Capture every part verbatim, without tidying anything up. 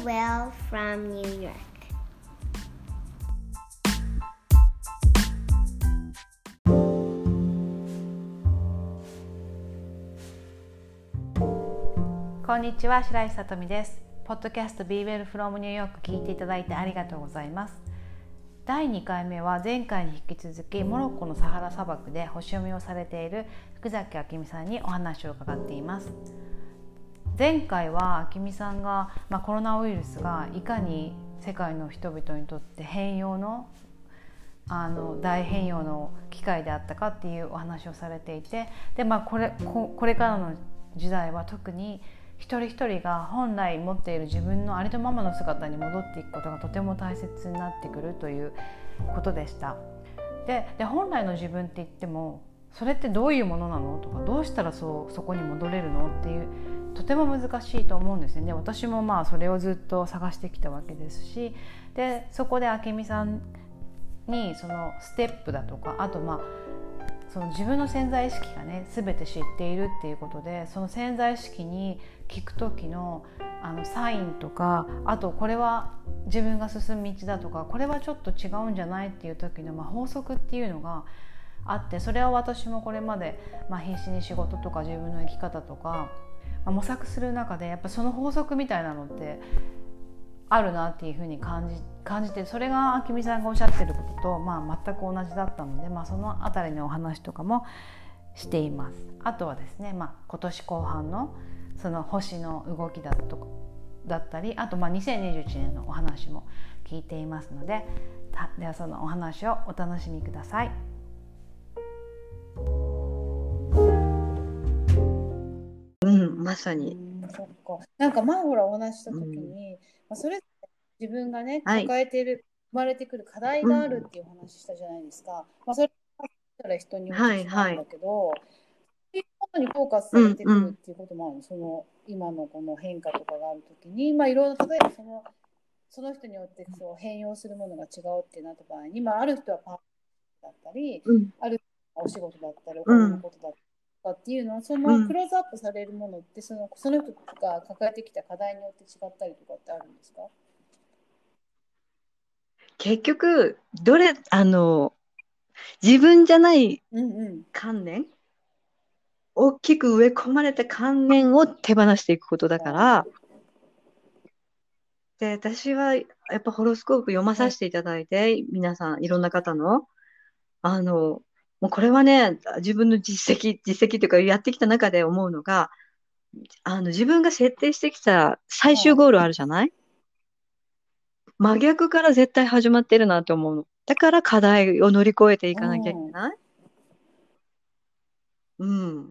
Will from New York. こんにちは、白石さとみです。ポッドキャスト Be Well from New York 聞いていただいてありがとうございます。だいにかいめは前回に引き続きモロッコのサハラ砂漠で星読みをされている福崎あきみさんにお話を伺っています。前回はあきみさんが、まあ、コロナウイルスがいかに世界の人々にとって変容のあの大変容の機会であったかっていうお話をされていて、で、まあ、これ、こ、これからの時代は特に一人一人が本来持っている自分のありのままの姿に戻っていくことがとても大切になってくるということでした。で、で本来の自分って言ってもそれってどういうものなのとか、どうしたらそう、そこに戻れるのっていう、とても難しいと思うんですね。で、私もまあそれをずっと探してきたわけですし、でそこであけみさんにそのステップだとか、あとまあその自分の潜在意識がね全て知っているっていうことで、その潜在意識に聞く時のあのサインとか、あとこれは自分が進む道だとか、これはちょっと違うんじゃないっていう時の、まあ、法則っていうのがあって、それは私もこれまで、まあ、必死に仕事とか自分の生き方とか、まあ、模索する中でやっぱその法則みたいなのってあるなっていうふうに感じ、感じて、それがあきみさんがおっしゃってることと、まあ、全く同じだったので、まあ、そのあたりのお話とかもしています。あとはですね、まあ、今年後半のその星の動きだとかだったり、あとまあにせんにじゅういちねんのお話も聞いていますので、ではそのお話をお楽しみください。 うん、まさに。 うん、そっか。なんか前ほらお話しした時に、まあ、それぞれ自分がね、 はい。 抱えている、生まれてくる課題があるっていうお話したじゃないですか。まあ、それは人によって違うんはいはい。 だけど、そういうことにフォーカスさうれてくるっんうん。 ていうこともあるの。その今のこの変化とかがある時に、まあいろいろ、例えばそのその人によってそう変容するものが違うってなった場合に、まあ、ある人はパートナーだったり、 うんある人はお仕事だったり、おうん金のことだったりとかっていうのは、そうんのクローズアップされるものってその、その人が抱えてきた課題によって違ったりとかってあるんですか？ 結局、どれ、あの、自分じゃないうんうん。 観念、大きく植え込まれた観念を手放していくことだから、で、私はやっぱホロスコープ読まうん。 させていただいて、皆さん、いろんな方の、あの、もうこれはね、自分の実績、実績というかやってきた中で思うのが、あの、自分が設定してきた最終はい。 ゴールあるじゃない？真逆から絶対始まってるなと思うの。だから課題を乗り越えていかなきゃいけうん。 ない。うん。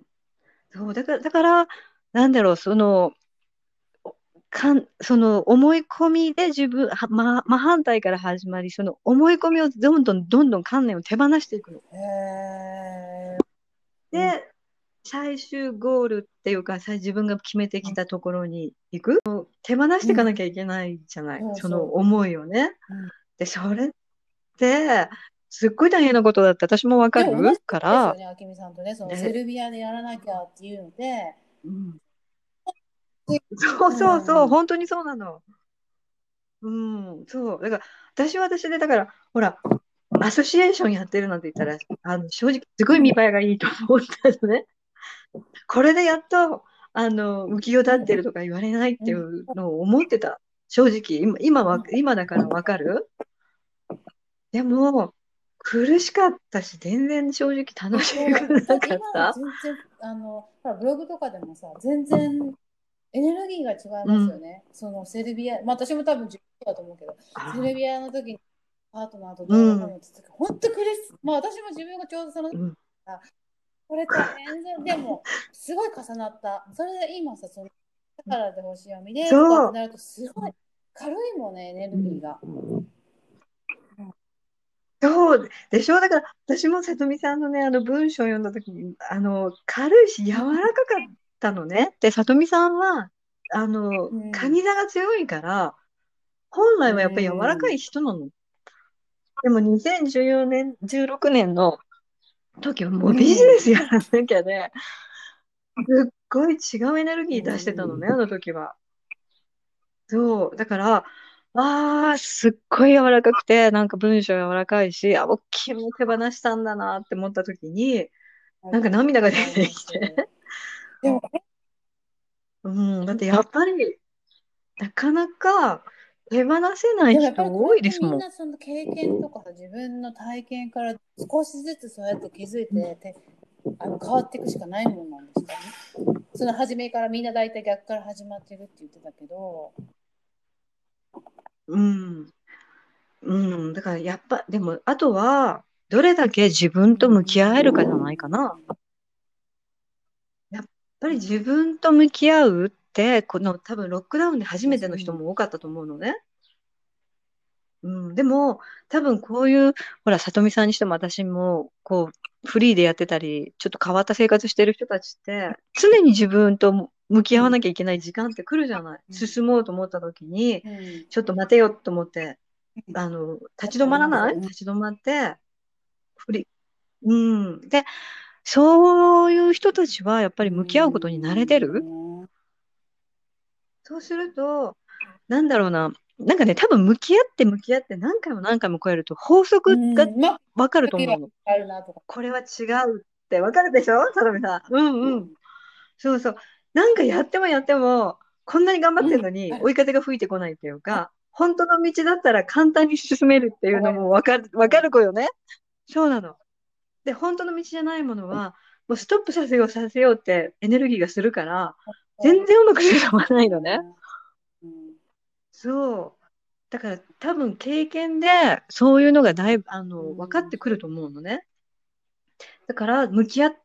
そう、だから、だから、なんだろう、その、かん、その思い込みで自分、はま、真反対から始まり、その思い込みをどんどんどんどん観念を手放していくの。 へえ。うん。 で、最終ゴールっていうか、さ自分が決めてきたところに行く。手放していかなうん。 きゃいけないじゃない。そのそうそ思いをね。 う。うん。 で、それって、すっごい大変なことだって私もわかでも同じるから、 ですよね、あきみさんとね、そのセで、 ルビアでやらなきゃっていうので、 うん、 で、 そううそうそう、 ん。 本当にそうなの。うん、そう。だから、私は私で、だから、ほら、アソシエーションやってるなんて言ったら、あの、正直、すごい見栄えがいいと思ったのね。これでやっと、あの、浮世立ってるとか言われないっていうん。 うのを思ってた。正直、今、今は、 うん。 今だからわかる。でも、苦しかったし、全然正直楽え、 しそうだと思う。だくなって今はかった。 全然、あの、ほらブログとかでもさ、全然エネルギーが違いうん。 ますよね。そのセルビア、まあ私も多分自分だと思うけど、セルあ、 ビアの時にパートナーとうどうのこうのん。 って言って、本当苦しい。まあ私も自分がちょうどその、 うん。 あ、これ大変じゃん。でも、すごい重なった。それで今さ、その、だからで星読みでとかっそう。 てなると、すごい軽いもんね、エネうん。 ルギーが。 そうでしょ。だから、私もさとみさんのね、あの文章を読んだときに、あの、軽いし柔らかかったのね。で、さとみさんは、あの、 うん。 蟹座が強いから、本う来はやっぱり柔らかん。 い人なの。でもにせんじゅうよねん、じゅうろくねんの時はもううビジネん。 スやらなきゃね、すっごい違うエネルうギー出してたのね、 ん。 あの時は。 そう。だから、ああ、すっごい柔らかくて、なんか文章柔らかいし、あ、もう気も手放したんだなって思った時に、 わなんか涙が出てかります。 きて。 でも、 うん、だってやっぱり、なかなか手放せないでもやっぱりこれっ人多いですもん。 てみんなその経験とか自分の体験から少しずつそうやって気づいて、てあの変わっていくしかないもんなんですかね。その初めからみんな大体逆から始まってるって言ってたけど、 うん。うん。だからやっぱ、でも、あとは、どれだけ自分と向き合えるかじゃないかな。やっぱり自分と向き合うって、この多分ロックダウンで初めての人も多かったと思うのね。うん、でも、多分こういう、ほら、里見さんにしても私も、こう、フリーでやってたり、ちょっと変わった生活してる人たちって、常に自分と向き合わなきゃいけない時間って来るじゃない。 うん進もうと思った時に、 うん、 ちょっと待てよと思って、あの、立ち止あります。 まらないうん、 立ち止まって、フリー、うん。で、そういう人たちはやっぱうり向き合うことに慣れてる。 ん、 そうすると、なんだろうな、なんかね、多分向き合って向き合って何回も何回も超えると法う則がん、まあ、 わかると時は思うの。 あるなとか。 これは違うってわかるでしょ佐藤さん。うんうん。そうそう。なんかやってもやっても、こんなに頑張っうん、 てるのにある、 追い風が吹いてこないっていうか、本当の道だったら簡単に進めるっていうのわかります。 もわかる、わかる子よね。そうなの。で、本当の道じゃないものは、もうストップさせようさせようってエネルギーがするから、全然うまく進まないのね。 うん、 そう。だから多分経験でそういうのがだいぶ、あうの、分かっん、 てくると思うのね。だから向き合って、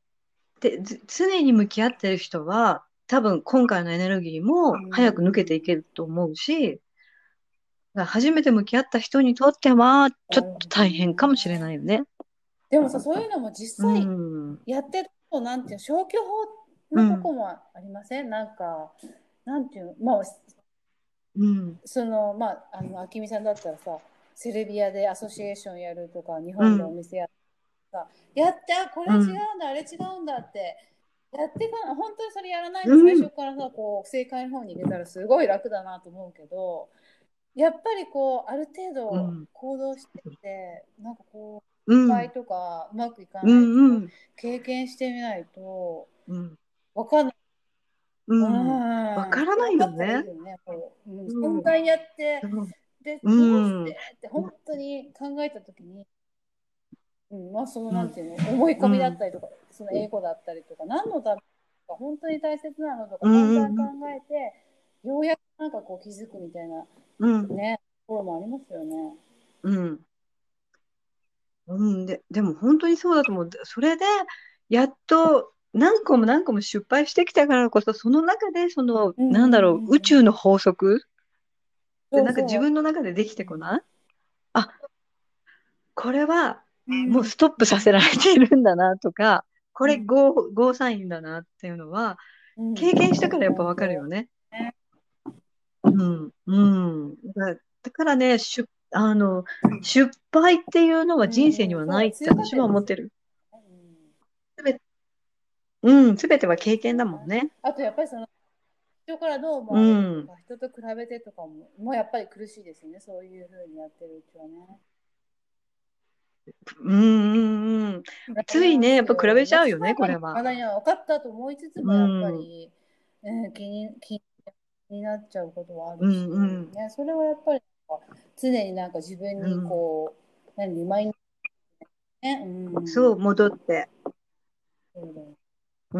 ず常に向き合ってる人は、多分今回のエネルギーもうん、 早く抜けていけると思うし、だから初めて向き合った人にとっては、ちょっなるほどと大変かもしれね。 ないよね。 でもさ、そういうのも実う際ん。 やってると、なんていうの、消去法うん。 のとこもありません？なんか、なんていうの、まあ、 うん。 その、まあ、あの、あきみさんだったらさ、セルビアでアソシエーションやるとか、日本でおうん。 店やるとか、やって、あ、これ違うん。 うんだ、あれ違うんだって、やってかな、本当にそれやらないで最うん。 初からさ、こう、正解の方に行けたらすごい楽だなと思うけど、やっぱりこう、ある程度うん。 行動してて、なんかこう、 うん。 失敗とかうまくいかうないってこうん。 経験してみないとうん。 分かんない。 ううん。わん、 からない分かったらいいよね。 よね。こう、うん、 うん。 さんかいやって、 そう。 で、 うどうしん。 てって本当に考えたときに、うん、まあそのうん。 なんていうの、思い込みだっうん。 たりとか、その英語だったりとか、何のためとか、本当に大切なのとか、 うん。 散々考うん。 えて、ようやくなんかこう気づくみたいなうん。 ね、ところもありますよね。 うん。うん。で、でも本当にそうだと思う。それで、やっと何個も何個も失敗してきたからこそ、その中で、その、 うんうんなんだろう、宇うんうん。 宙の法則で、なんかそうそう、わか自分の中でできてる。 こない。あ、これはもううん、 ストップさせられているんだなとか、これうん、 ゴー、ゴーサインだなっていうのは、 うん、 経験したからやっぱわかる本当。 よね。 ね、 うん、うん。だから、だからね、しゅ、あの、失敗っていうのは人生うんうん、 にはないそう、通過って私は点ですよ思ってる。 ね。うん、 すべて、うん、すべてはそうですね。 経験だもんね。 あとやっぱりその人からどう思うわれるとん。 か、人と比べてとかも、もうやっぱり苦しいですよね。そういうふうにやってるうちはね。 うん、うん、うん。 わかりまついね、やっぱ比べすよ。 ちゃうよね、 私もやっぱりこれは。 まだには分かったと思いつつうも、やっぱん、 り、うん、気に、気になっちゃうことはあるし、 うん、うん、 ね、それはやっぱり常になんか自分にうん。 こう、何、リマインドね、うん、 そう、戻って。 そうだよ。 うん。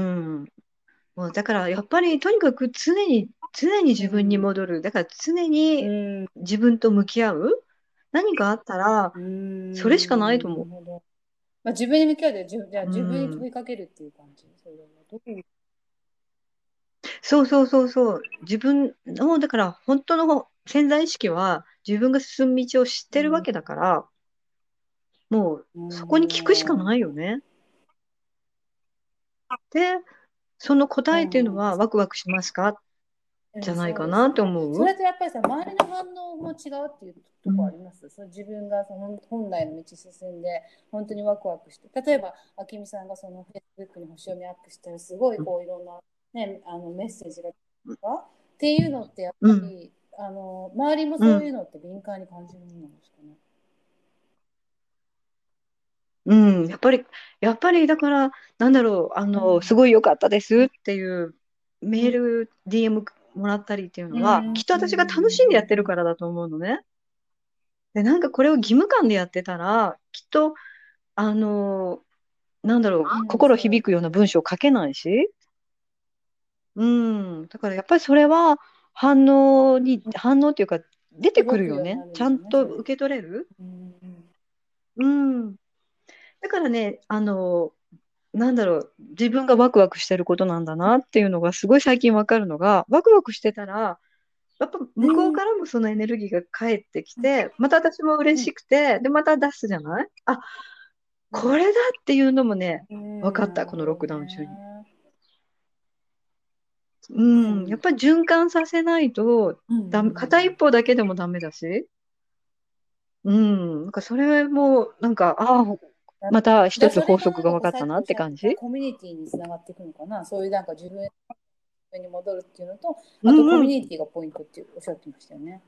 もうだから、やっぱり、とにかく常に、常に自分にうん、 戻る。だから常にうん、 自分と向き合う。何かあったら、 うそれしかないん、 と思なるほど。まあ、自分に向き合うで、じゅじゃあう。う自分に問ん。 いかけるっていう感じ。それはどういう、 そうそうそうそう。自分の、だから本当の潜在意識は自分が進む道を知ってるわうん、 けだから、もうなるほそこに聞くしかないよね。で、そのど。う答えっていうのんうん、 はワクワクしますかじゃうん、 ないそうかなってですね。そ思う。 れとやっぱりさ、周りの反応も違うっていうとこあうん。 ります。その自分がその本来の道進んで、本当にワクワクして。例えば、あきみさんがそのフェイスブックに星読みアップしたら、すごいこういろんな、ね、あのメッセージが来たとかっていうのってやっうん。 ぱり、 あの周りもうん、 そういうのって敏感に感じるものなんですかね。 うん、やっぱり、やっぱりだから、なんだろう、あの、すうん。 ごい良かったですっていうメうん。 ール、ディーエム もらったりっていうのは、 うん。 きっとうん。 私が楽しんでやってるうん。 からだと思うのね。で、なんかこれを義務感でやってたら、きっと、あの、なんだろう、 うん。 心響くようなそうですね。 文章を書けないし、うん、だからやっぱりそれは反応に、 うん。 反応っていうか、出てく動くようにるよね。 なるんですよね、 ちゃんとそれで。 受け取れる。 うん。 うん。だからね、あの、なんだろう、自分がワクワクしてることなんだなっていうのがすごい最近わかるのが、ワクワクしてたら、やっぱ向こううん。 からもそのエネルギーが返ってきうん。 て、また私も嬉うん。 しくて、で、また出すじゃない。あ、 うん。 これだっていうのもね、 うん。 分かった、 なるほどこのロックダウン中に。 ね。 うん、やっうん。 ぱり循環させないと、 うん。うだ、片一ん。 方だけでもダメだし、うん、なんかそれも、なんか、ああ、 だまた一だつ法則それがなんが分かったなかこうさっきおっって感じ。 しゃってたコミュニティにつながっていくのかな。そういうなんか自分に戻るっていうのと、あとコうんうん。 ミュニティがポイントっておっしゃってましたよね。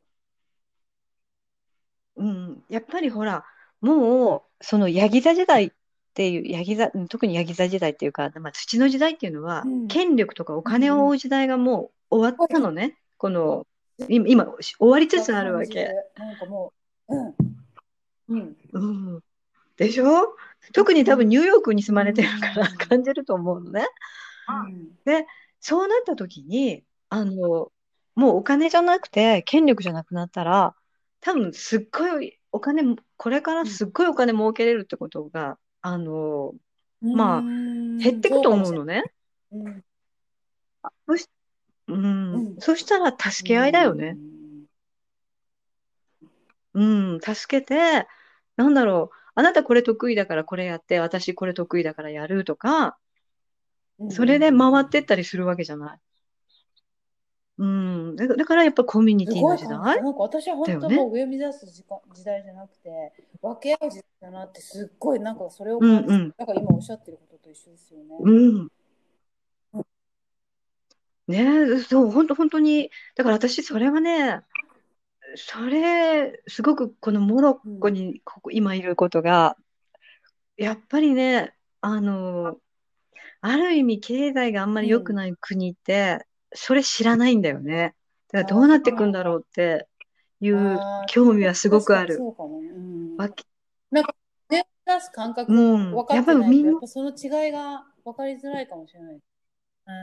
うん、やっぱりほら、もう、そのヤギ座時代っていう、ヤギ座、うん特にヤギ座時代っていうか、まあ、土の時代っていうのは、 うん。 権力とかお金をうん。うん。 追う時代がもう終わっはいはい。 たのね。この、今、今終わりつがつあるわけ。 感じる。なんかもう、うん。うん。 うん。でしょ。特に多分ニューヨークに住うまれてるからん。 感じると思うのね。 うん。 で、そうなった時に、あの、もうお金じゃなくて、権力じゃなくなったら、多分すっごいお金も、これからうん。 すっごいお金儲けれるってことが、あの、 うまあ、減っん。 ていくとそうかもしれ思うのね。 ない。うん。 そし、うん、 うん。 そしたらう助け合いだよね。 ん。 うん、助けて、なんだろう、あなたこれ得意だからこれやって、私これ得意だからやるとか、 うん。うん。 それで回ってったりするわけじゃない。うん、だだからやっぱコミュニすティのごい感じた。 時代なんか私は本当もだよね。 う上を目指す時間、時代じゃなくて、分け合う時代だなってすっごいなんかそれを感じて、 うんうん。 だから今おっしゃってることと一緒ですよね。 うん。ねえ、そう、本当本当に、だから私、それはね、それ、すごくこのモロッうん。 コにここ今いることが、やっぱりね、あの、ある意味経済があんまり良くうん。 ない国って、それ知らないんだよね。だからどああ、そうなっていうなんだ。 くんだろうっていうああ、 興味はすご確かにくある。 そうかもね。うん。 わけ、 なんか、手を出す感う覚をん。 分かやっってないと、やっぱりみんな、 ぱその違いが分かりづらいかもしれない。うん。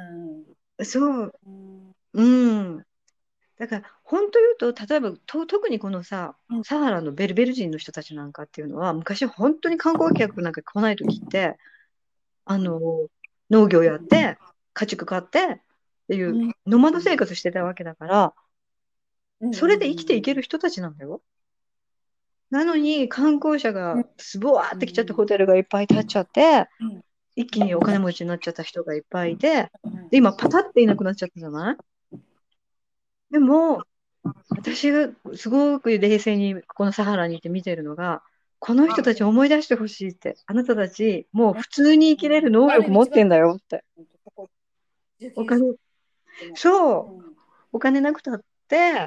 そう、 うん。 うん。だから本当言うと、例えばと特にこのさ、 うん。 サハラのベルベル人の人たちなんかっていうのは、昔本当に観光客なんか来ない時って、あの、農業やって、家畜買ってっていううん。 ノマド生活してたわけだから、 うん。うん。 それで生きていけうん。 る人たちなんだよ。なのに観光者うん。 がすぼわーうって来ちゃってん。 ホテルがいっぱい建っちゃって、 うん。 一気にお金持ちになっちゃった人がいっぱいいて、 うん。 で、今パタっていなくなっちゃったじゃない。でも、私がすごく冷静にこのサハラにいて見てるのが、この人たち思い出してほしいって、あなたたちもう普通に生きれる能ある意味違う。 力持ってんだよって。 ここ受給しお金、 ても。 そう、 うん。 お金なくたって、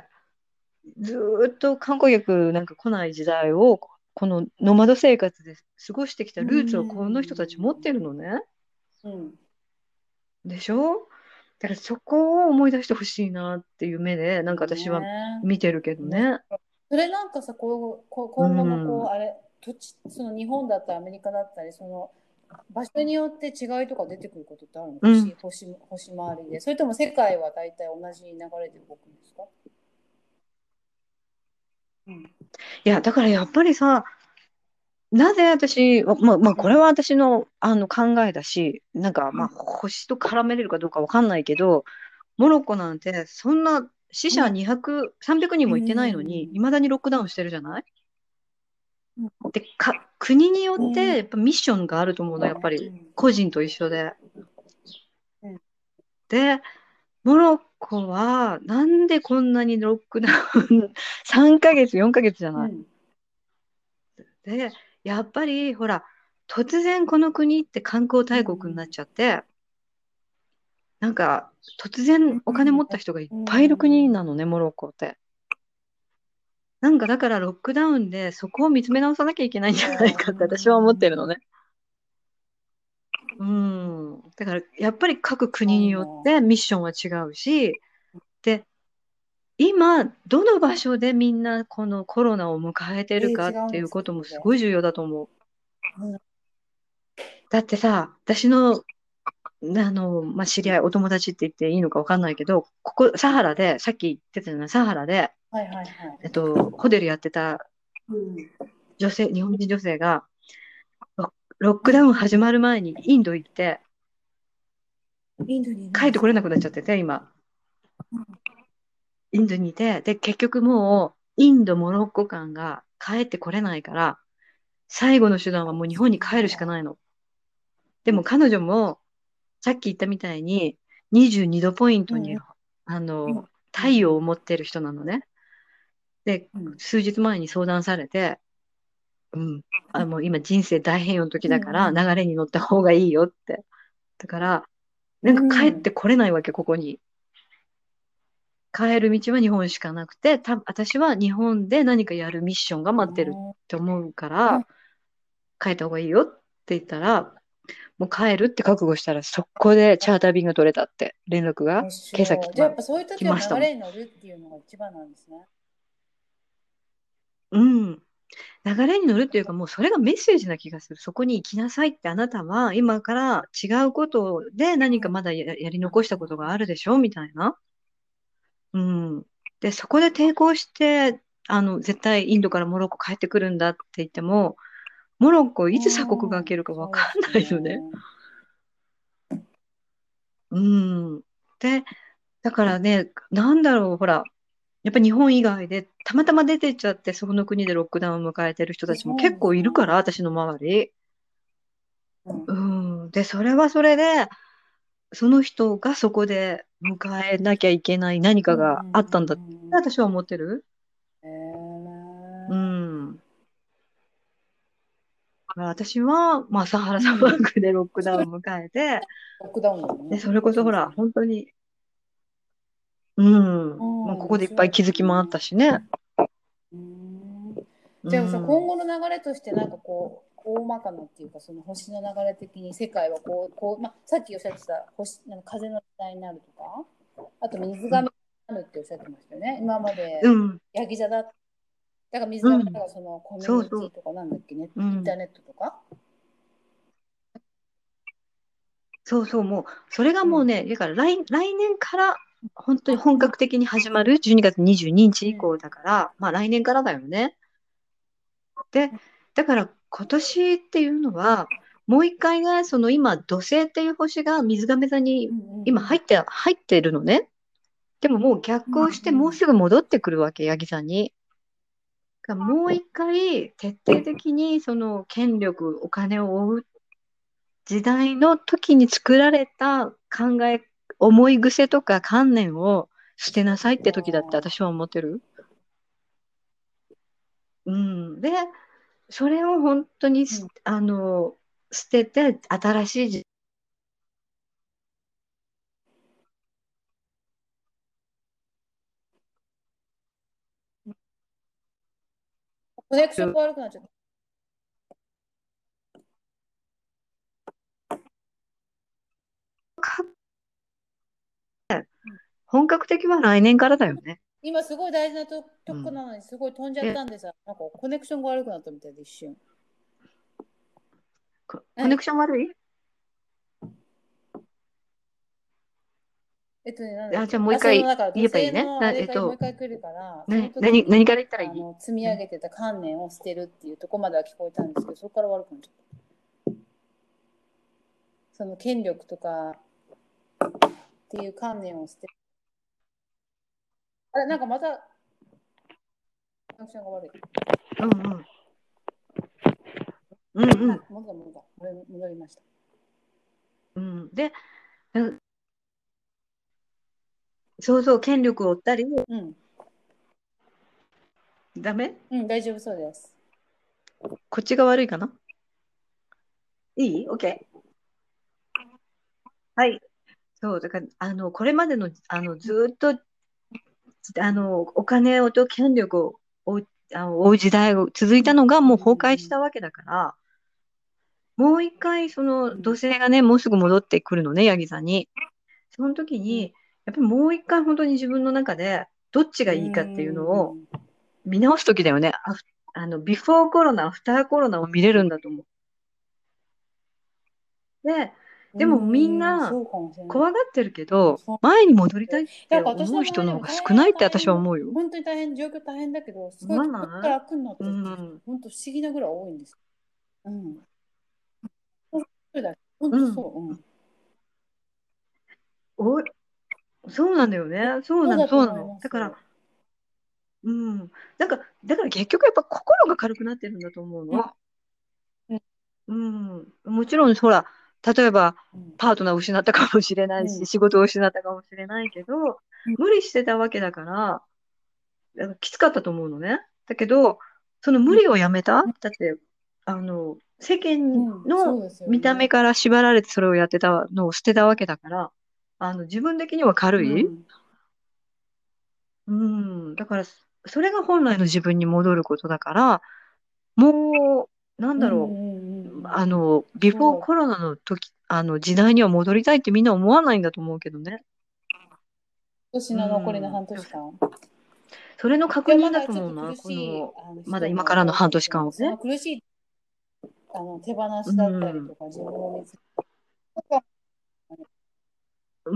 ずーっと観光客なんか来ない時代を、このノマド生活で過ごしてきたうルーツをこの人たち持ってん。 るのね。 うん。 でしょ。だからそこを思い出してほしいなっていう目で、なんか私はね見てるけどえ。めね。 それなんかさ、こう、こうう今後のこう、 ん。 あれ、土地、その日本だったりアメリカだったり、その場所によって違いとか出てくることってあるの？ うん。 星、星、星回りで。それとも世界は大体同じ流れで動くんですか？うん。 いや、だからやっぱりさ、なぜ私、まあ、まあ、 うん。 これは私の、あの考えだし、なんか、まあ、星と絡めれるかどうかわかんないけど、モロッコなんて、そんな死者うん。 にひゃく、さんびゃくにんうもいってないのに、いまん。 だにロックダウンしてるじゃない。 うん。 で、か、国によっうん。 て、やっぱミッションがあると思うの、やっぱり、 うん。 個人と一緒で。 うん。 で、モロッコは、なんでこんなにロックダウン、さんかげつ、よんかげつじゃない。 うん。 で、やっぱり、ほら、突然この国って観光う大国になっん。 ちゃって、なんか、 突然お金持った人がいっぱいいる国なのね、モロッコって。なんかだからロックダウンでそこを見つめ直さなきゃいけないんじゃないかって私は思ってるのね。うん。だからやっぱり各国によってミッションは違うし、で、今どの場所でみんなこのコロナを迎えてるかっていうこともすごい重要だと思う。だってさ、私のあの、まあ、知り合い、お友達って言っていいのかわかんないけど、ここ、サハラで、さっき言ってたようなサハラで、 はいはいはい。 えっと、ホテルやってたうん女性、日本人女性が、ロロックダウン始まる前にインド行って、 インドにいるんですか帰ってこれなくなっちゃってて、今。インドにいて、で、結局もう、インド、モロッコ間が帰ってこれないから、最後の手段はもう日本に帰るしかないの。でも彼女も、さっき言ったみたいに、にじゅうにどポイントに、 うんあうんの、太陽を持ってる人なのね。で、 うん数日前に相談されて、うん、あ、もう今人生大変容の時だからうん流れに乗った方がいいよって。だから、なんか帰ってこれないわけ、ここに。帰る道は日本しかなくて、た、私は日本で何かやるミッションが待ってるって思うから、帰った方がいいよって言ったら、もう帰るって覚悟したら、そこでチャーター便が取れたって連絡が今朝来じゃあやっまぱそういう時来ましたもん。 は流れに乗るっていうのが一番なんですね。 うん。流れに乗るっていうか、もうそれがメッセージな気がする。そこに行きなさいって、あなたは今から違うことで何かまだや、やり残したことがあるでしょみたいな。うん。で、そこで抵抗して、あの、絶対インドからモロッコ帰ってくるんだって言っても、モロッコいつ鎖国が開けるかわかんないよね。うん。で、だからね、なんだろう、ほら、やっぱ日本以外でたまたま出てっちゃって、その国でロックダウンを迎えてる人たちも結構いるから、私の周り。うん。で、それはそれで、その人がそこで迎えなきゃいけない何かがあったんだって私は思ってる。 へーうん。だから私は、まあ、サハラ砂漠でロックダウンを迎えて、 ロックダウンだよね。 で、それこそほら、本当に、うん。まあ、ここでいっぱい気づきもあったしね。 うんうんじゃあさ、今後の流れとしてなんかこう大まかなっていうかその星の流れ的に世界はこうこう、まあ、さっきおっしゃってた星なんか風の時代になるとかあと水がめになるっておっしゃってましたよね。今までうん。 ヤギ座だだから水がめだからそのコミュニテそうそうィとかなんだっけね、 うんインターネットとか。 そうそう、もう、それがもうね、だから来、来年から本当に本格的に始まるじゅうにがつにじゅうににち以降だから、まあ来年からだよね。で、だから今年っていうのは、もう一回ね、その今、土星っていう星が水亀座に今入って、入ってるのね。でももう逆行してもうすぐ戻ってくるわけ、ヤギ座に。だからもう一回徹底的にその権力、お金を追う時代の時に作られた考え、思い癖とか観念を捨てなさいって時だって私は思ってる。うん。で、それを本当にす、あの、捨てて新しい時コネクションが悪くなっちゃった。 本格的は来年からだよね。 今すごい大事なととこなのにすごい飛んじゃったんでさ、なんかコネクションが悪くなったみたいで一瞬。 ココネクション悪い？ えっとね、なんだっあ、 けじゃあもう一回あそのだから言えばいいね。 土星のなあれがもうえっと、 一回来るから、そなの時何、 に何から言ったらいい？ あの積み上げてた観念を捨てるっていうところまでは聞こえたんですけど、そこから悪くなっちゃった。その権力とかっていう観念を捨てる。あれ、なんかまた、アクションが悪い。 うんうん。うんうん。 あ、戻った戻った。戻りました。 うん、で、うんそうそう、権力を追ったり、 うん。 ダメ？ うん、大丈夫そうです。 こっちが悪いかな？いい？ OK。はい。 そう、だから、あの、これまでの、あの、ずーっと、あの、お金をと権力を追う、あの追う時代が続いたのがもう崩壊したわけだから、もう一回、その、土星がね、もうすぐ戻ってくるのね、ヤギ座に。その時に、やっぱりもう一回本当に自分の中で、どっちがいいかっていうのを見直す時だよね。ああの、ビフォーコロナ、アフターコロナを見れるんだと思う。で、でもみんなそうかもしれない。 怖がってるけどそう、 前に戻りたいってだから私思うの場合でも人の方が大変は少ないって私は大変、 思うよ。 本当に大変、状況大変だけど、すごい思わないここから楽になってうるって、 ん。 本当不思議なぐらい多いんです。うん。そうだ、本うん。 当そう。うん。 お、そうなんだよね。そうなの、 そうだとそうなの。 思います。 だから、うん。なんか、だから結局やっぱ心が軽くなってるんだと思ううん。 の。 うんうん。もちろん、ほら、例えば、 うんパートナーを失ったかもしれないし、 うん仕事を失ったかもしれないけど、 うん無理してたわけだから、だからきつかったと思うのね。だけど、その無理をやめただって、あの、世間うん、そのうですよ見た目ね。 から縛られてそれをやってたのを捨てたわけだから、あの、自分的には軽い。 うん。 うん。だから、それが本来の自分に戻ることだから、もう、なんうんうだろんう、 うんうん。 あの、ビフォーそうだ。 コロナの時、あの、時代には戻りたいってみんな思わないんだと思うけどね。 年うの残りのん。 半年間。 それの確いや、ま認だだちょっとと思うな、 苦しいこの、 あのまだ人も今からの半多いかもしれない。そ年間をね。 の苦しいあの手放うしだったりん。 とか、自分を見つける。 うん。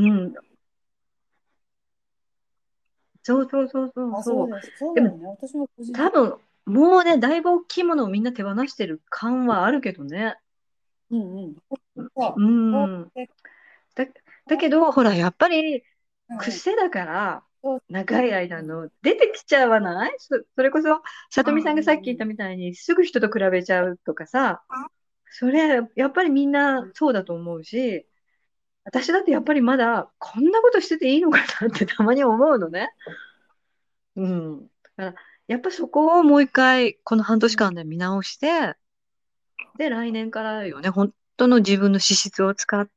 そうそうそうそうあ、そそう。 うです。そうでも、 だよね。私も個人的多分、もうね、だいぶ大きいものをみんな手放してる感はあるけどね。 に。うんうん。そうう。 ん。 でだ、だけど、ほら、やっぱり、 うんうん。 癖だから、 そう。 長い間うんの出てきちゃわないそ、それこそ、さとみさんがさっき言ったみたいに、すぐ人と比べちゃうとかさ、それ、やっぱりみんなそうだと思うし、私だってやっぱりまだ、こんなことしてていいのかなってたまに思うのね。うん。だから、やっぱそこをもう一回、この半年間で見直して、で、来年からよね、本当の自分の資質を使って、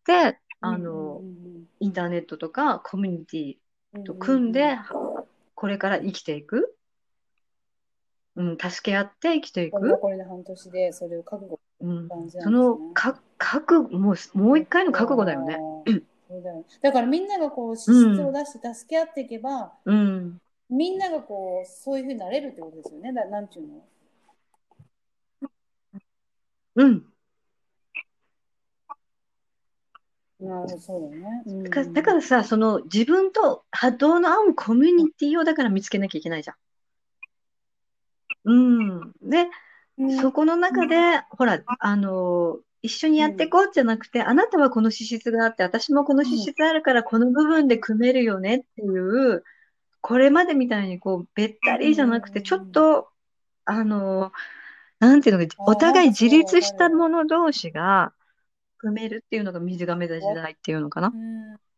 うんうあの、 んインターネットとかコミュニティうんうん。 とうんうんうん。 組んで、これから生きていく。うん、助け合って生きていこのく。 残りの半年でそれを覚悟すうん、 る感じなその、 んですね。 か、覚悟、もう、もうそっ一回の覚悟だよね。 か。そうだよね。だからみんながこう資質をうん、 出して助け合っていけば、 うん、 みんながこうそういうふうになれるってことですよね。だなんていうの。 うん。 なるほど、そうだよね。うだから、だん。 からさ、その自分と波動の合うコミュニティをだから見つけなきゃいけないじゃん。うん。で、 うん。 そこの中で、ほら、あの、一緒にやっていうん。 こうじゃなくて、あなたはこの資質があって、私もこの資うん。 質あるから、この部分で組めるよねっていう、これまでみたいにこう、べったうん。 りじゃなくて、ちょっうん。 と、あの、なんていうのか、おああ、なん互い自かそれはわ立したかる。 者同士が組めるっていうのが水亀座時わ、 代っていうのかな。 うん。う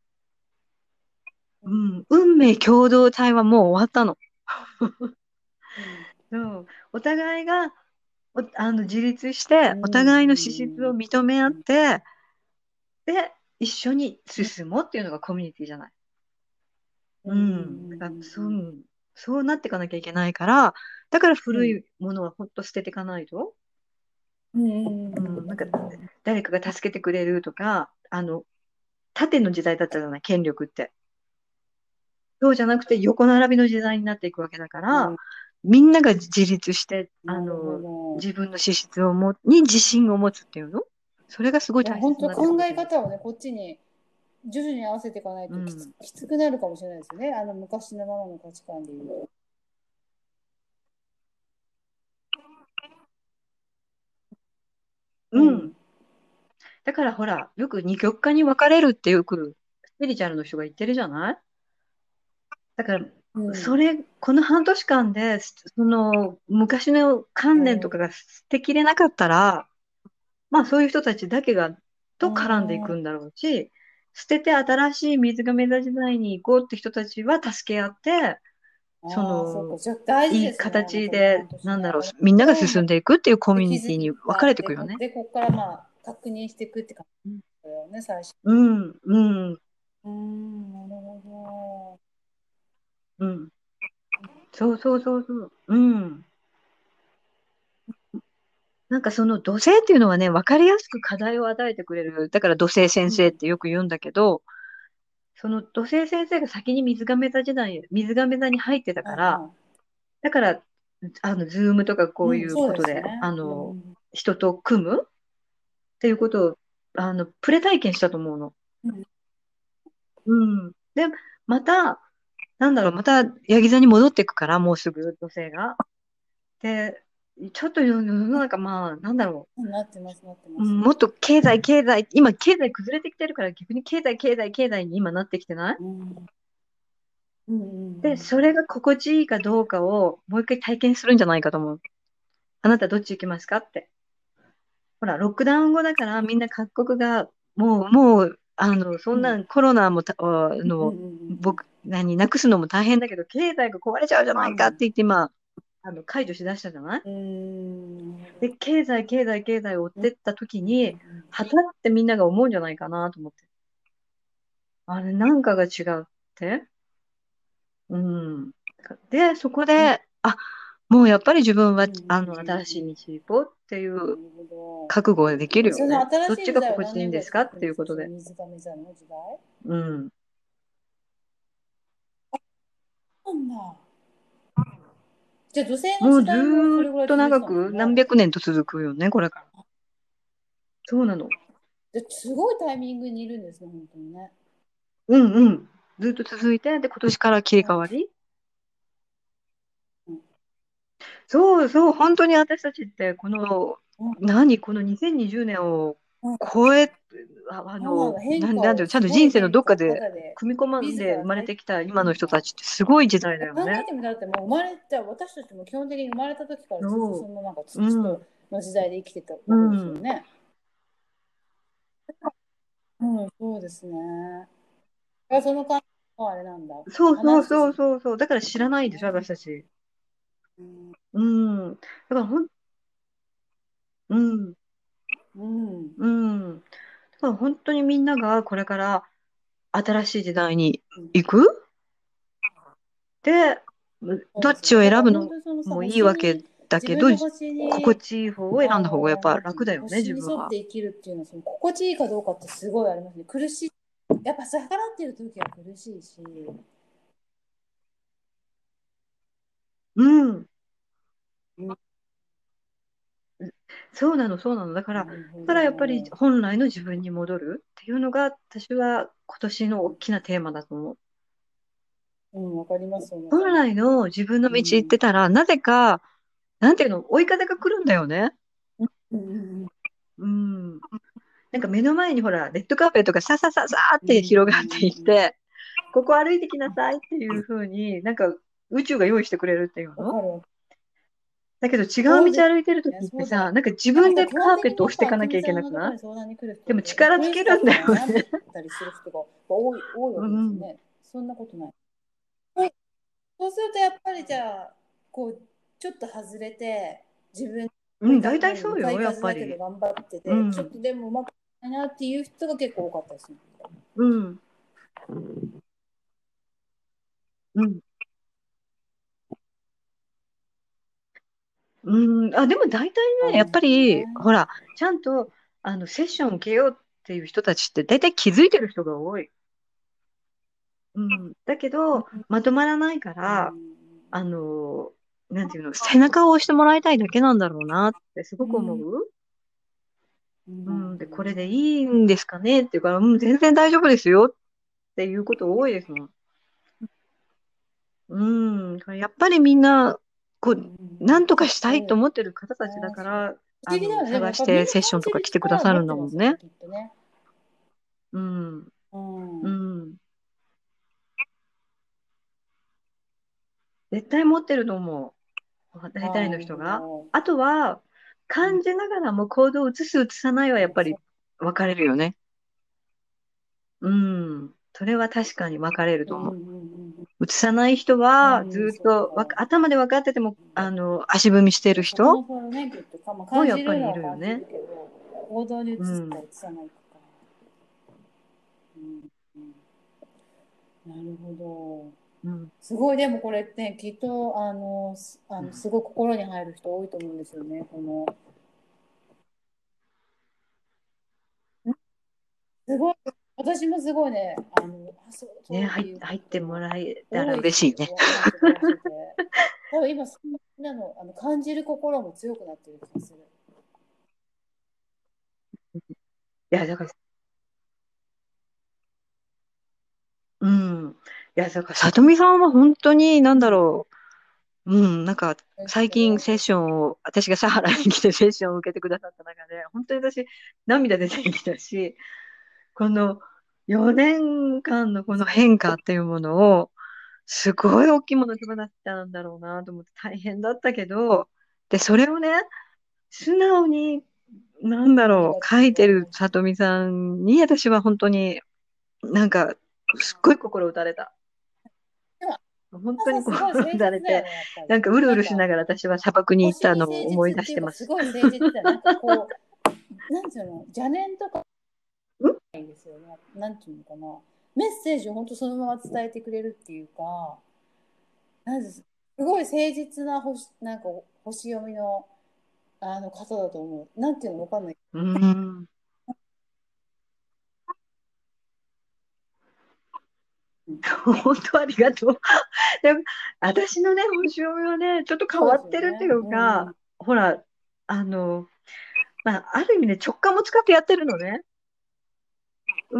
うん。 ん。運命共同体はもう終わったの。 うん。 うん。お互いが、おあの、自立して、おうん。 互いの資質を認め合っうん。 て、で、一緒にうん。 進もうっていうのがコミュニティじゃない。 うん。ううん。だからん。 そう、そうなっていかなきゃいけないから、だからうん。 古いものはほんと捨てていかないと。 うん。 うん。なんか、 うん。 誰かが助けてくれるとか、あの、縦の時代だったじゃない、権力って。そうじゃなくて横並びの時代になっていくわけだから、 うん。 みんなが自立して、あなるほの、 ど。 自分の資質をも、に自信を持つっていうのそれがすごいいや、 大切になってく本当考ると思う。 え方をね、こっちに徐々に合わせていかないときつ、 うん。 きつくなるかもしれないですよね。あの昔のままの価値観で言うと。ううん。 ん。 だからほら、よく二極化に分かれるってよくスピリチュアルの人が言ってるじゃない。だから、 うん。 それ、この半年間で、その昔の観念とうかが捨てきれなかったら、まあそういう人たちだけが、と絡んでいん。あくんだろうし、捨てて新しい水亀座時代に行こうって人たちは助け合って、そあ、そっか。 の、 じゃあ大事いいですね。残りの形で、 半年ね。 なんだろう、 あれ、 みんながどう思っ進んでいくっていうコてミュ気づいニティに分かたって、 れていくよね。 こで、ここからまあ確認していくって感じだようね、最初。 うん、うん、 うーん、なるほうん。そうそうそうそう。うん。なんかその土星っていうのはね、わかりやすく課題を与えてくれる。だから土星先ど。うん。 生ってよく言うんだけど、その土星先生が先に水亀座時代、水亀座に入ってたから、 はいはだから、あの、ズームとかこい。うん、 ういうそうことで、 ですね。 あうの、 ん。 人と組むっていうことを、あの、プレ体験したと思うの。 うん。 うん。で、また、なんだろう、また、ヤギ座に戻っていくから、もうすぐ土星が。で、ちょっと世の中、まあ、なんだろうん、なってます、なってう、うます。 んもっと経済、経済、今、経済崩れてきてるから、逆に経済、経済、経済に今なってきてないうん。うんうんうで、 ん。 それが心地いいかどうかを、もう一回体験するんじゃないかと思う。あなたどっち行きますかって。ほら、ロックダウン後だからみんな各国が、もう、もう、あの、そんなコロナもた、あの、 うんうんうん僕、何、なくすのも大変だけど、経済が壊れちゃうじゃないかって言って今、あの、解除しだしたじゃないうん。うーん。 で、経済、経済、経済を追っうんてった時うんに、はたってみんなが思うんじゃないかなと思って。あれ、なんかが違うって。うん。で、そこうん。 で、あ、もうやっぱり自分は、 うんうんうんあの、新しい道行こうっていううん。なるほ覚悟ができるど。そのよね。 新しい時どっちが代は何年ぐらい心地いいんですかっ続くんですか、 ていうことで。 その水亀座の時代。 うん。 なんだ。じゃあ、女性のもうず時代もそーっれぐらい続いてと長たんですね。 く何百年と続くよね、これから。そうなの。 ですごいタイミングにいるんですね、本当にね。 うんうん。ずっと続いて、で、今年から切り替わり。 うんそうそう、本当に私たちって、この、 うん何、このにせんにじゅうねんをうん。 超え、あ、あの、 そうなんだ、変なん、なんていうの、ちゃん化を、すと人生のごい変化どっかでを肌で、 組み込まん自で生まれら体てきた今の験した。 人たちってすごい時代だよね。 考えてみたらってもう生まれた私たちも基本的に生まれた時からずっとそそのなんかう。うん。 土との時代で生きてたうわけですよん。 ね。うん、そうですね。あ、その感じはあれなんだ。 そうそうそう話してしそうそう。だから知まうらないでしょ、 んですね。 私たち。 うん。 うん。だからほん、うん。 うん。 うん。だから本当にみんながこれから新しい時代にうん、 行くで、どっちをそうですよね。だから選ぶの本当にそのさ、 もいいわけ星に、 だけど、 自分の星に、 心地いい方を選んだ方がやっあの、なぱんていうの、 楽だよね、 星に自分は。 沿って生きるっていうのは、その心地いいかどうかってすごいありますね。苦しい。やっぱ逆らってる時は苦しいし。 うん。 うん、 そうなの、そうなの。だから、だなるほからやっぱりど。 本来の自分に戻るっていうのが、私は今年の大きなテーマだと思う。 うん、わかります、その感じ。 本来の自分の道行っうん。 てたら、なぜか、なんていうの、追い風が来るんだよね。 うんうんうんうん。なんか目の前にほら、レッドカーペットがささささーっうんうて広がっていんうん。 て、ここ歩いてきなさいっていう風に、なんか宇宙が用意してくれるっていうのわかるわ。 だけど違うそうです道歩いてるね、 時ってさ、 そうだ。 なんか自なんか分で基本的カーペットにやっぱ、あ押していかなきゃいきみさんけなくないのところに相談に来る人でもって、え、 力尽き苦しかるんだよったなってね。 言ったりする人が多い、多いわけですようん。 ね。そんなことない。そうそうするとやっぱりじゃあ、こう、ちょっと外れて、自分、 うん、 追いか、 大体何、向かいそうよ、やっ風だけどぱり。 頑張ってて、ちょっうん。 とでもうまくないなっていう人が結構多かったですね。 うん。うん。うん。あ、でも大体ね、やっああ、なるほどぱり、 ね。 ほら、ちゃんと、あの、セッション受けようっていう人たちって大体気づいてる人が多い。うん。だけど、まとまらないかうら、 ん。 あの、なんていうの、背中を押してもらいたいだけなんだろうなってすごく思うん。 う。 うん、 うなるん。で、 ほどこれでね。 いいんですかねっていうから、うん、全然大丈夫ですよっていうこと多いですもん。うん。やっぱりみんな、こう、 うんうんなんとうん。あ、 かしたいとそう。 思ってる方たちだああ、そう。 から、あの、 不思議だよね。でもや探しっぱみんな感てセッションとじるか来てくだ力は持っさるんてますよね、 だもんね。 きっとね。 うん。 うん。 ううんん。絶対持ってると思う。大ああ、 体のなるほ人が。 ど。 あとは、 うん、 感じながらも行動を移す、移さないはやっぱそう。 り分かれるよね。うん。それは確かに分かれると思うんうんう。移さない人は、 うんうん。うん、 ずっそっとわか、 か。 頭で分かってても、 うん、 あの、足踏みしてるそこ人もそれね、きっとか、まあ、 も感じやっぱりいるのは感じるよね。 るけど、行動に移すかうん。 移さないか。 うんうん、なるほうん、 ど。すごい、でもこれってきっとあのすあのすごい心に入る人多いと思うんですよね。このすごい、私もすごいね、あの、あ、そうね、 そうって入、 いうこ入ってもとらえたら多いですよ、 嬉しいね。 お話をしてて。多分今、そんなの、あの感じる心も強くなってる気がする。 いや、だから、うん。いや、だから、さとみさんは本当に、なんだろう。うん、なんか、最近セッションを、私がサハラに来てセッションを受けてくださった中で、本当に私、涙出てきたし、このよねんかんのこの変化っていうものを、すごい大きいものを手放したんだろうなと思って大変だったけど、で、それをね、素直に、なんだろう、 ありがとう書いてございます。 るさとみさんに、私は本当になんか、すっごい心打たれた。 でも、 本当に心朝すごい誠打たれて、 実だよね、やっぱり。 なんかうるうなんか、 るしながら私は砂漠に行ったの星に誠を思い実っていうか、 出してます。 すごい誠実だよ。なんかこう、なんていうの、邪念とかんないんですよね。なんていうのかな。メッセージを本当そのまま伝えてくれるっていうか、なんです、すごい誠実な星、なんか星読みの、あの方だと思う。なんていうのわかんない。 うーん。 うん、 本当ありがとう。でも私のね、星読みはね、ちょっと変そうわですよね。 ってるっていううんうん。 か、ほら、あの、まあ、ある意味ね、直感も使ってやってるのね。うん。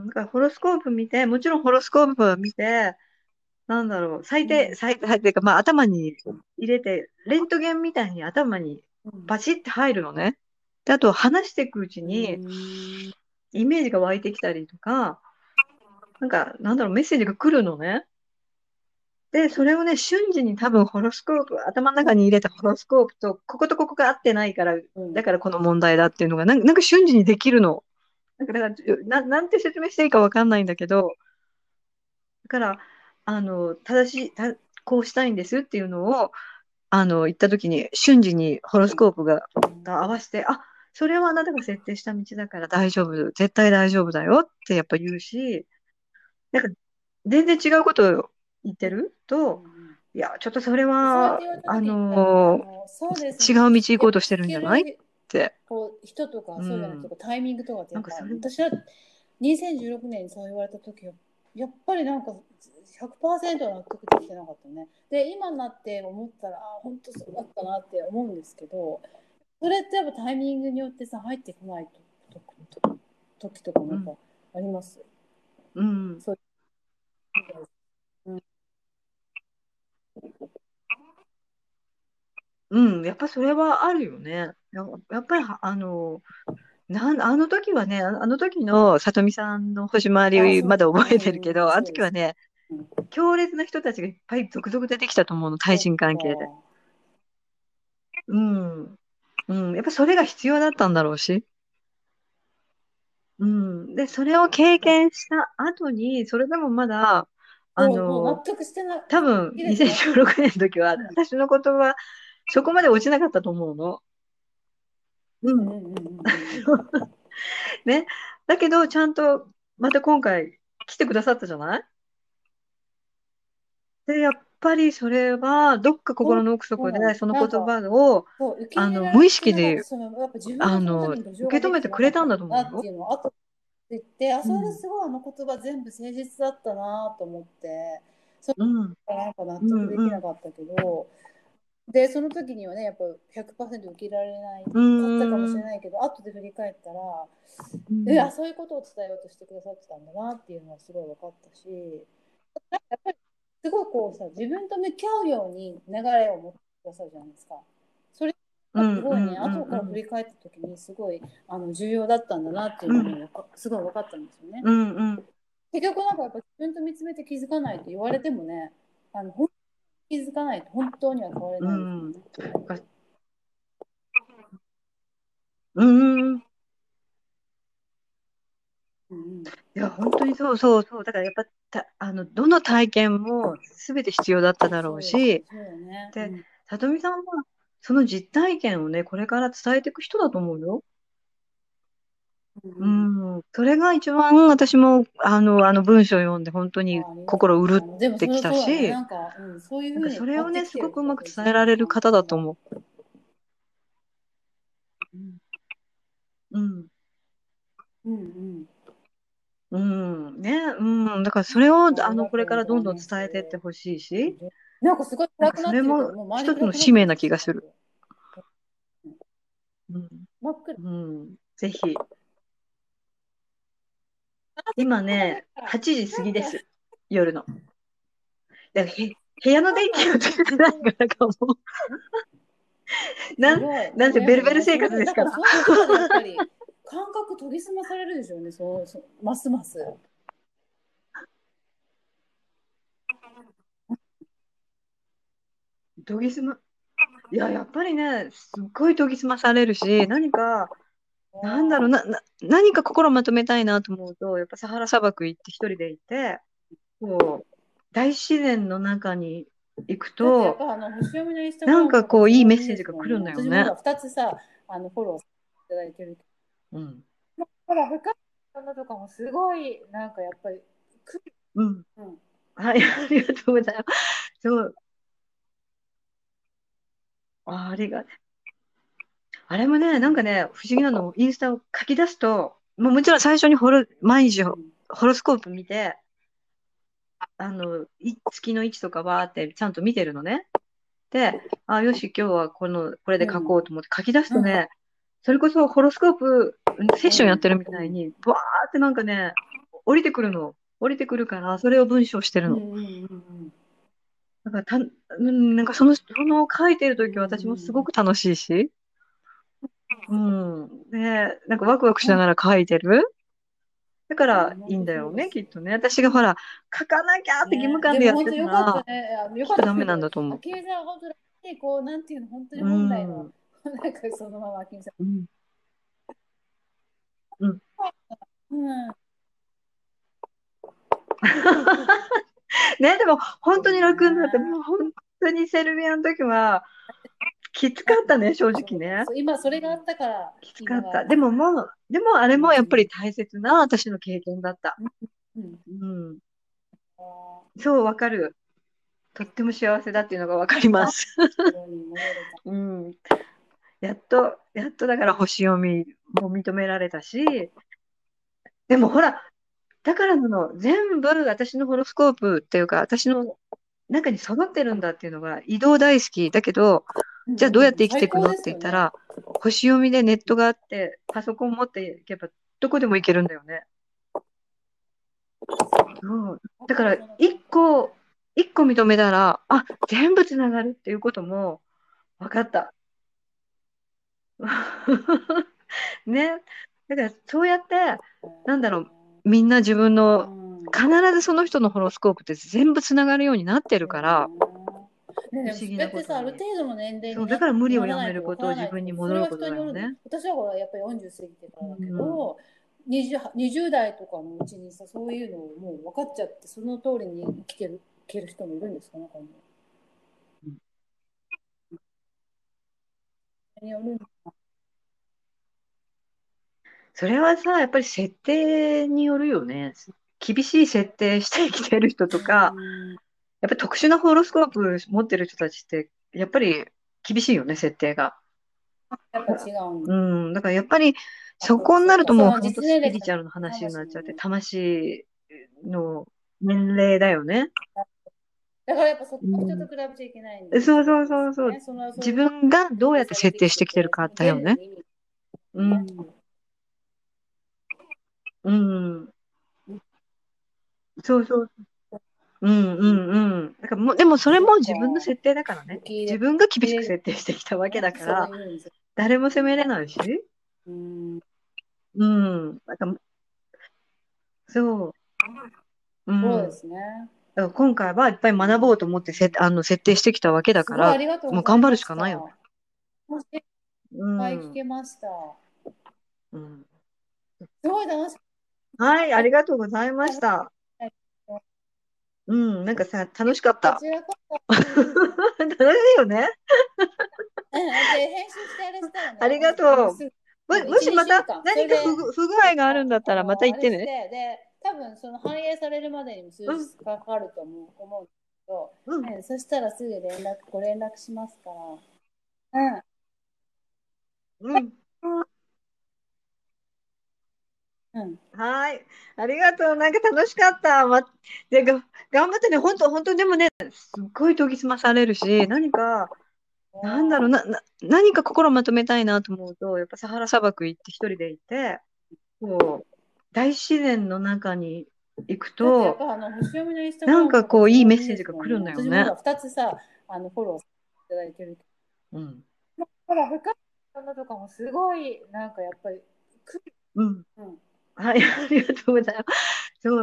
だからホロスコープ見て、もちろんホロスコープは見て、なんだろう、最低、 うん最低、最低か、まあ頭に入れて、レントゲンみたいに頭にうんパチッて入るのね。で、あと話していくうちうに、 ーん。 イメージが湧いてきたりとか、なんか、なんだろう、メッセージが来るのね。で、それをね、瞬時に多分ホロスコープ、頭の中に入れたホロスコープと、こことここが合ってないから、 うんだからこの問題だっていうのが、なんなんか瞬時にできるの。だから、だからな、なんて説明していいかわかんないんだけど、だから、あの、正しい、た、こうしたいんですっていうのを、あの、言った時に、瞬時にホロスコープが、が合わせて、あ、それはあなたが設定した道だから大丈夫、絶対大丈夫だよってやっぱ言うし、なんか全然違うことを言ってると、 うん。 いや、ちょっとそれでそうやっは、 て言われたあ時に、あのの、そうです違ねってう道行こうと聞け、聞してるんじゃないっけるて。 こう人とかうそうじゃなくてん。 こうタイミングとかってやっぱなんかそれ、 私はにせんじゅうろくねんにそう言われた時はやっぱりなんかひゃくパーセント納得できてなかったね。で、今になって思ったら、あ、本当そうだったなって思うんですけど、それってやっぱタイミングによってさ、入ってこないと、と、と時とかもうん、 やっぱあります。 うん、 そう。うん。 うん、やっぱそれはあるよね。や、やっぱりは、あの、なん、あの時はね、あのあの時の里見さんの星回あ、 り、 そうですね。 まだ覚えてるけど、 うんうん、 あのそうです。 時はね、 うん。 強烈な人たちがいっぱい続々出てきたと思うの、対そっ人関係で。 か。 うん、うん、やっぱそれが必要だったんだろうし。うん。で、それを経験した後に、それでもまだ、あそう、もう納の、 得してな、 多分切れてなくにせんじゅうろくねんの時は、 て。 私のことはそこまで落ちなかったと思うの。うん。 うんうんうんうんうんね。だけど、ちゃんと、また今回来てくださったじゃない。で、やっぱりそれは、どっかそう、 心の奥底で、 そうなんです。 その言なんか、 葉を、 そう、受けあの、 入れられ無意識で、 てなかった、その、やっぱ自分がそのあの、 時に土壌が受け止できてなかっめてくれたんだとたな思うよ。 っていうのを、あとで言って、あ、それうん。 すごいあの言葉全部誠実だったなと思って、そうん。 れなんか納うん。 得できうん。 なかったけど、で、その時にはね、やっぱひゃくパーセント受け入れられないうかったかもしん。うん。 れないけど、後で振り返ったら、え、あ、 うん。 そういうことを伝えようとしてくださってたんだなっていうのはすごい分かったし、なんかやっぱりすごいこうさ、自分と向き合うように流れを持ってくださるじゃないですか。それうん。うん。 がすごいね、後から振うん。 り返った時にすごいあの重要だったんだなっていううん。 のもすごい分かったんですよね。 うん。うん。 結局なんかやっぱ自分と見つめて気づかないと言われてもね、あの本当に気づかないと本当には変われうないですもんん。 ね。 うん。 うんうん、 いや、本当にそうそうそう。だからやっぱ、た、あの、どの体験も全て必要だっただろうそうですよ、 し、 そうよね。うで、 んさとみさんは、その実体験をね、これから伝えていく人だと思うよ。 うんううん、 ん。 それが一番私もあの、あの文章を読んで本当にあありがとう心ございます。 潤っでもそれてきたそうだね。 し、 なんか、うん、そういうなんかふうに変わってそれをね、すきてる気ごくうまくがする。自分の伝えられる感覚が。 方だと思う。うん。 うんうん。 うん。ね。うん。だからそれを、 ありあの、これがとうごからどんどんざいます。 伝えていってほしいし、 でなんかすごいなん暗くなかそれもってるけど、もう周り一つ暗の使命なくなってます、 気がする。 すごく。 うん。 真っ暗。 うん。ぜひ。 あ、 今そうだ、だね、 から。 はちじ過ぎでなんか、 す。夜の。だからへ部屋の電気をつけてないからかも。なん、 すごい。でなんせもやっぱね、 ベルベル生それ、 活ですから。 だからそういうところでやっぱり感覚研ぎ澄まされるでしょうね、そう、そうますます。 研ぎ澄ま、いや、やっぱりね、すっごい研ぎ澄まされるし、何か、なんだろうな、な、何か心まとめたいなと思うと、やっぱサハラ砂漠行って一人で行って、こう、大自然の中に行くだってやっと、 ぱあの星読みのインスタグなんラムかこう、いいとかすごメッセーいいいですもんね。 ジが来るんだよね。 私もほらふたつさ、あのフォローしていただいてるけうん。 ど、ほら深いのとかもすごいなんかやっぱりく、 うん。 うん、 はい、ありがとうございます。そう、あ、ありが、あれもね、なんかね、不思議なの、インスタを書き出すと、もうもちろん最初にホロ、毎日ホうん、 ロスコープ見て、あの、い月の位置とかばーってちゃんと見てるのね。で、あ、よし、今日はこの、これで書うん、 こうと思って書き出すうん、 とね、それこそホロスコープセッうん、 ションやってるみたうん、 いに、バーってなんかね、降りてくるの。降りてくるから、それを文章してるうん、うの。 ん、 だからた、うん、なんかその、その書いてるうん、うとき私もすごん、 く楽しいし、うん。で、なんかワクワクしながら書いてる。だかうん、 らいいん本当だよね、 そうですよ。 きっとね。私がほら、書かなきゃって義務ね、 感でやってでも本当よかったたら、 ね。あ、よきっとダメかったね。 なんだと思あきえさんは本当にこう、なんていうの、本当にう。う本来の、 ん。 なんかそのままあきえさうん。うん。 ん。うん。 ね、でも本当にそう楽になって、もね。 う本当にセルビアの時はきつかったね、正直そうだね。 ね。 そう、今それがあったからきつかった。 今がある。 でももう、でもあれもやっぱりうん。 大切な私の経験だった。 うん。 うん。 あそう、わかる。とっても幸せだっていうのがわかりまあ、 す。 ところに戻れた。 うん。やっと、やっとだから星読みも認められたし、でもほら、だからなの、全部私のホロスコープっていうか、私の中に揃ってるんだっていうのが、移動大好き。だけど、 うんじゃあどうやっうん。 て生きていくのっ最高ですよね。 て言ったら、星読みでネットがあって、パソコン持っていけば、どこでも行けるんだよね。そう。だから、 わかる、その一感覚。 個、一個認めたら、あ、全部つながるっていうことも分かった。ね。だから、そうやって、なんだろう、みんな自分うの、 ん。 必ずその人のホロスコープって全部つながるようになってるから、 ね、でもそ不思議れってさ、あるなことに。 程度の年齢そう、 にな、 だから無理をならないとわやめること、自分からないと思う。それはに戻ること人によるんで、 だよね。 私はほらやっぱりよんじゅう過ぎてかうらだけん。 ど、にじゅう、にじゅう代とかのうちにさ、そういうのをもう分かっちゃって、その通りに生きてる、生きる人もいるんですか、なんかもう。人によるん。 それはさ、やっぱり設定によるよね。厳しい設定して生きてる人とか、 うん。 やっぱり特殊なホロスコープ持ってる人たちって、やっぱり厳しいよね、設定が。 やっぱ違うんだ。 うん。だからやっぱり、 あ、 そそっかそっか。そこになるともうの実本当ス年齢じゃなくピリチュアルのて話になっちゃって、 魂の。 魂の年齢だよね。 だからやっぱそこうは人とん。 比べちゃいけないそうそうってことですそうそう。 よね。その、そういう自分がどうやって設定され設定してて生きてて、そのきてるかだよね。 原理の意味。 うん。 うん。 うん。そうそう。うんうんうん。だからもう、でもそれそっも自分のか。 設定だからね。 受け入れ、 自分が厳しく受け入れる設定してきたわけね。そうだから、 いうんですよ。 誰も責めれないし。 うん。 うん。なんか、そう。うん。 そうですね。 だから今回はいっぱい学ぼうと思ってせ、あの、設定してきたわけだすごいあから、 りがとうございもう頑張るました。 しかないよね。 もしいっうぱい聞ん。 けました。 うん。 すごい楽しかはい、あっりがとうございまた。 した。 楽しかったうん、なんかさ、楽しかった。 こちらこそ。 楽しいよね。 うん、で、編集してあれしたらね、 ありもし、もうがとう。 すぐも、もしまた何か不具、不具合があるんだったらまた言ってね。 で、多分その反映されるまでにも数日かかると思う、思うんですけど、うんね、そしたらすぐ連絡、ご連絡しますから。うん。うん。うん、 はい、ありがとう。なんか楽しかった。ま、でが頑張ってね。本当本当でもね、すっごい研ぎ澄まされるし、何かなんだろうな、な何か心まとめたいなと思うと、やっぱサハラ砂漠行って一人でいて、こう大自然の中に行くと、 やっぱあの星読みのインスタグなラムんかこういいメッセージが来るんだよね。 私もふたつさ、あのフォローいただいてる。 うん。 ほら、深いのとかもすごい、なんかやっぱり、 うん。うん、はい、ありがとうございます。そう。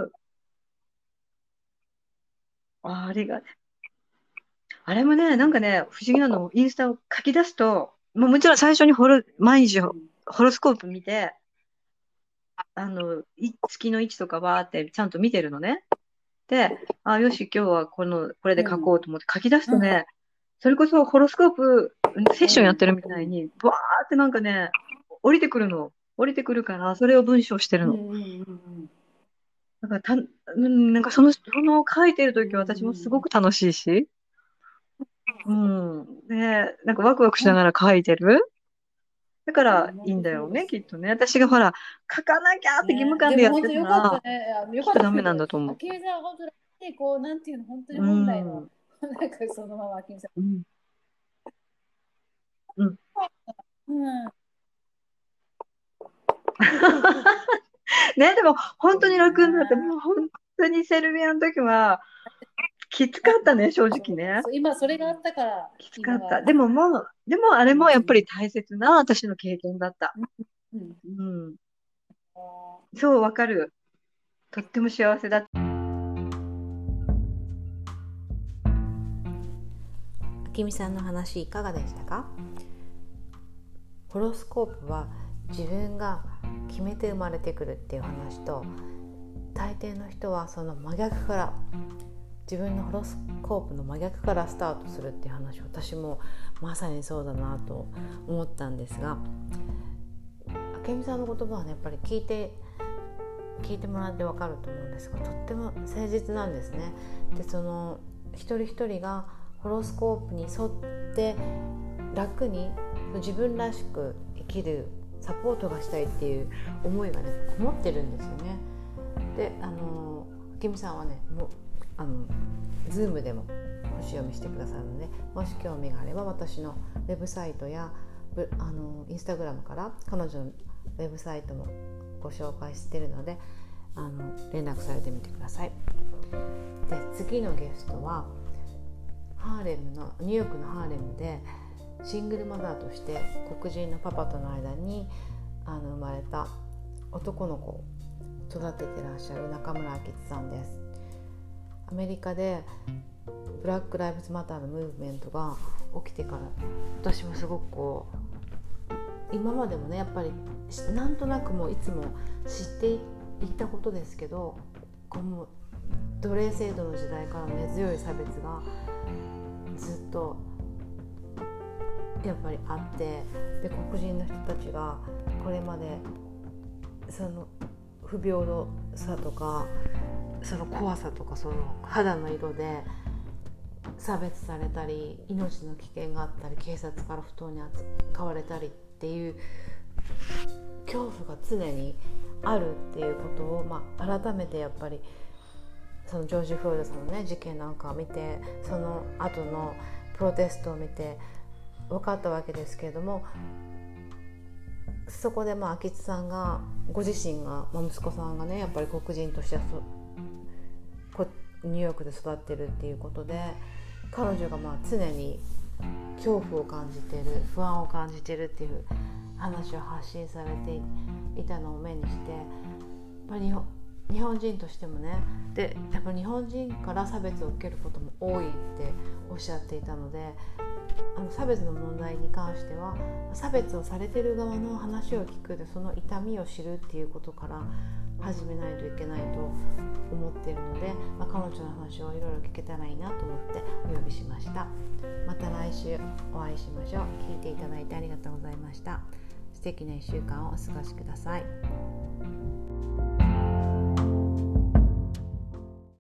あ、ありがとう。あれもね、なんかね、不思議なの、インスタを書き出すと、もうもちろん最初にホロ毎日ホロスコープ見て、あの、い月の位置とかわーってちゃんと見てるのね。で、あ、よし、今日はこの、これで書こうと思って書き出すとね、うん、それこそホロスコープセッションやってるみたいに、バーってなんかね、降りてくるの。降りてくるから、それを文章してるの。うんうんうん、だからた、なんかその、その書いてるとき私もすごく楽しいし、うん。ね、なんかワクワクしながら書いてる。だからいいんだよね、きっとね。私がほら、書かなきゃって義務感でやってたら、きっとダメなんだと思う。 あきみさん、本当にこう、なんていうの、本当に本来の、なんかそのままあきみさん。うん。うん。うんね、でも本当に楽になって、もう本当にセルビアの時はきつかったね、正直ね。 今それがあったからきつかった。でももう、でもあれもやっぱり大切な私の経験だった。うん。うん、そう、わかる。とっても幸せだった。 あきみさんの話いかがでしたか？ホロスコープは自分が決めて生まれてくるっていう話と、大抵の人はその真逆から、自分のホロスコープの真逆からスタートするっていう話、私もまさにそうだなと思ったんですが、あけみさんの言葉はね、やっぱり聞いて聞いてもらって分かると思うんですが、とっても誠実なんですね。で、その一人一人がホロスコープに沿って楽に自分らしく生きるサポートがしたいっていう思いがね、こもってるんですよね。で、あのあけみさんはね、もうあの Zoom でも星読みしてくださるので、もし興味があれば私のウェブサイトやあのインスタグラムから彼女のウェブサイトもご紹介しているので、あの連絡されてみてください。で、次のゲストはハーレムのニューヨークのハーレムでシングルマザーとして黒人のパパとの間にあの生まれた男の子を育ててらっしゃる中村明智さんです。アメリカでブラックライブズマターのムーブメントが起きてから、私もすごくこう、今までもね、やっぱりなんとなくもういつも知っていったことですけど、この奴隷制度の時代から根強い差別がずっとやっぱりあって、で黒人の人たちがこれまでその不平等さとかその怖さとか、その肌の色で差別されたり、命の危険があったり、警察から不当に扱われたりっていう恐怖が常にあるっていうことを、まあ、改めてやっぱりそのジョージ・フロイドさんのね事件なんかを見て、その後のプロテストを見て分かったわけですけれども、そこでまあ明智さんがご自身が、まあ、息子さんがねやっぱり黒人としてはこニューヨークで育ってるっていうことで、彼女がまあ常に恐怖を感じてる、不安を感じてるっていう話を発信されていたのを目にして、やっぱり日本日本人としてもね、でやっぱり日本人から差別を受けることも多いっておっしゃっていたので、あの差別の問題に関しては差別をされている側の話を聞くで、その痛みを知るっていうことから始めないといけないと思っているので、まあ、彼女の話をいろいろ聞けたらいいなと思ってお呼びしました。また来週お会いしましょう。聞いていただいてありがとうございました。 素敵ないっしゅうかんをお過ごしください。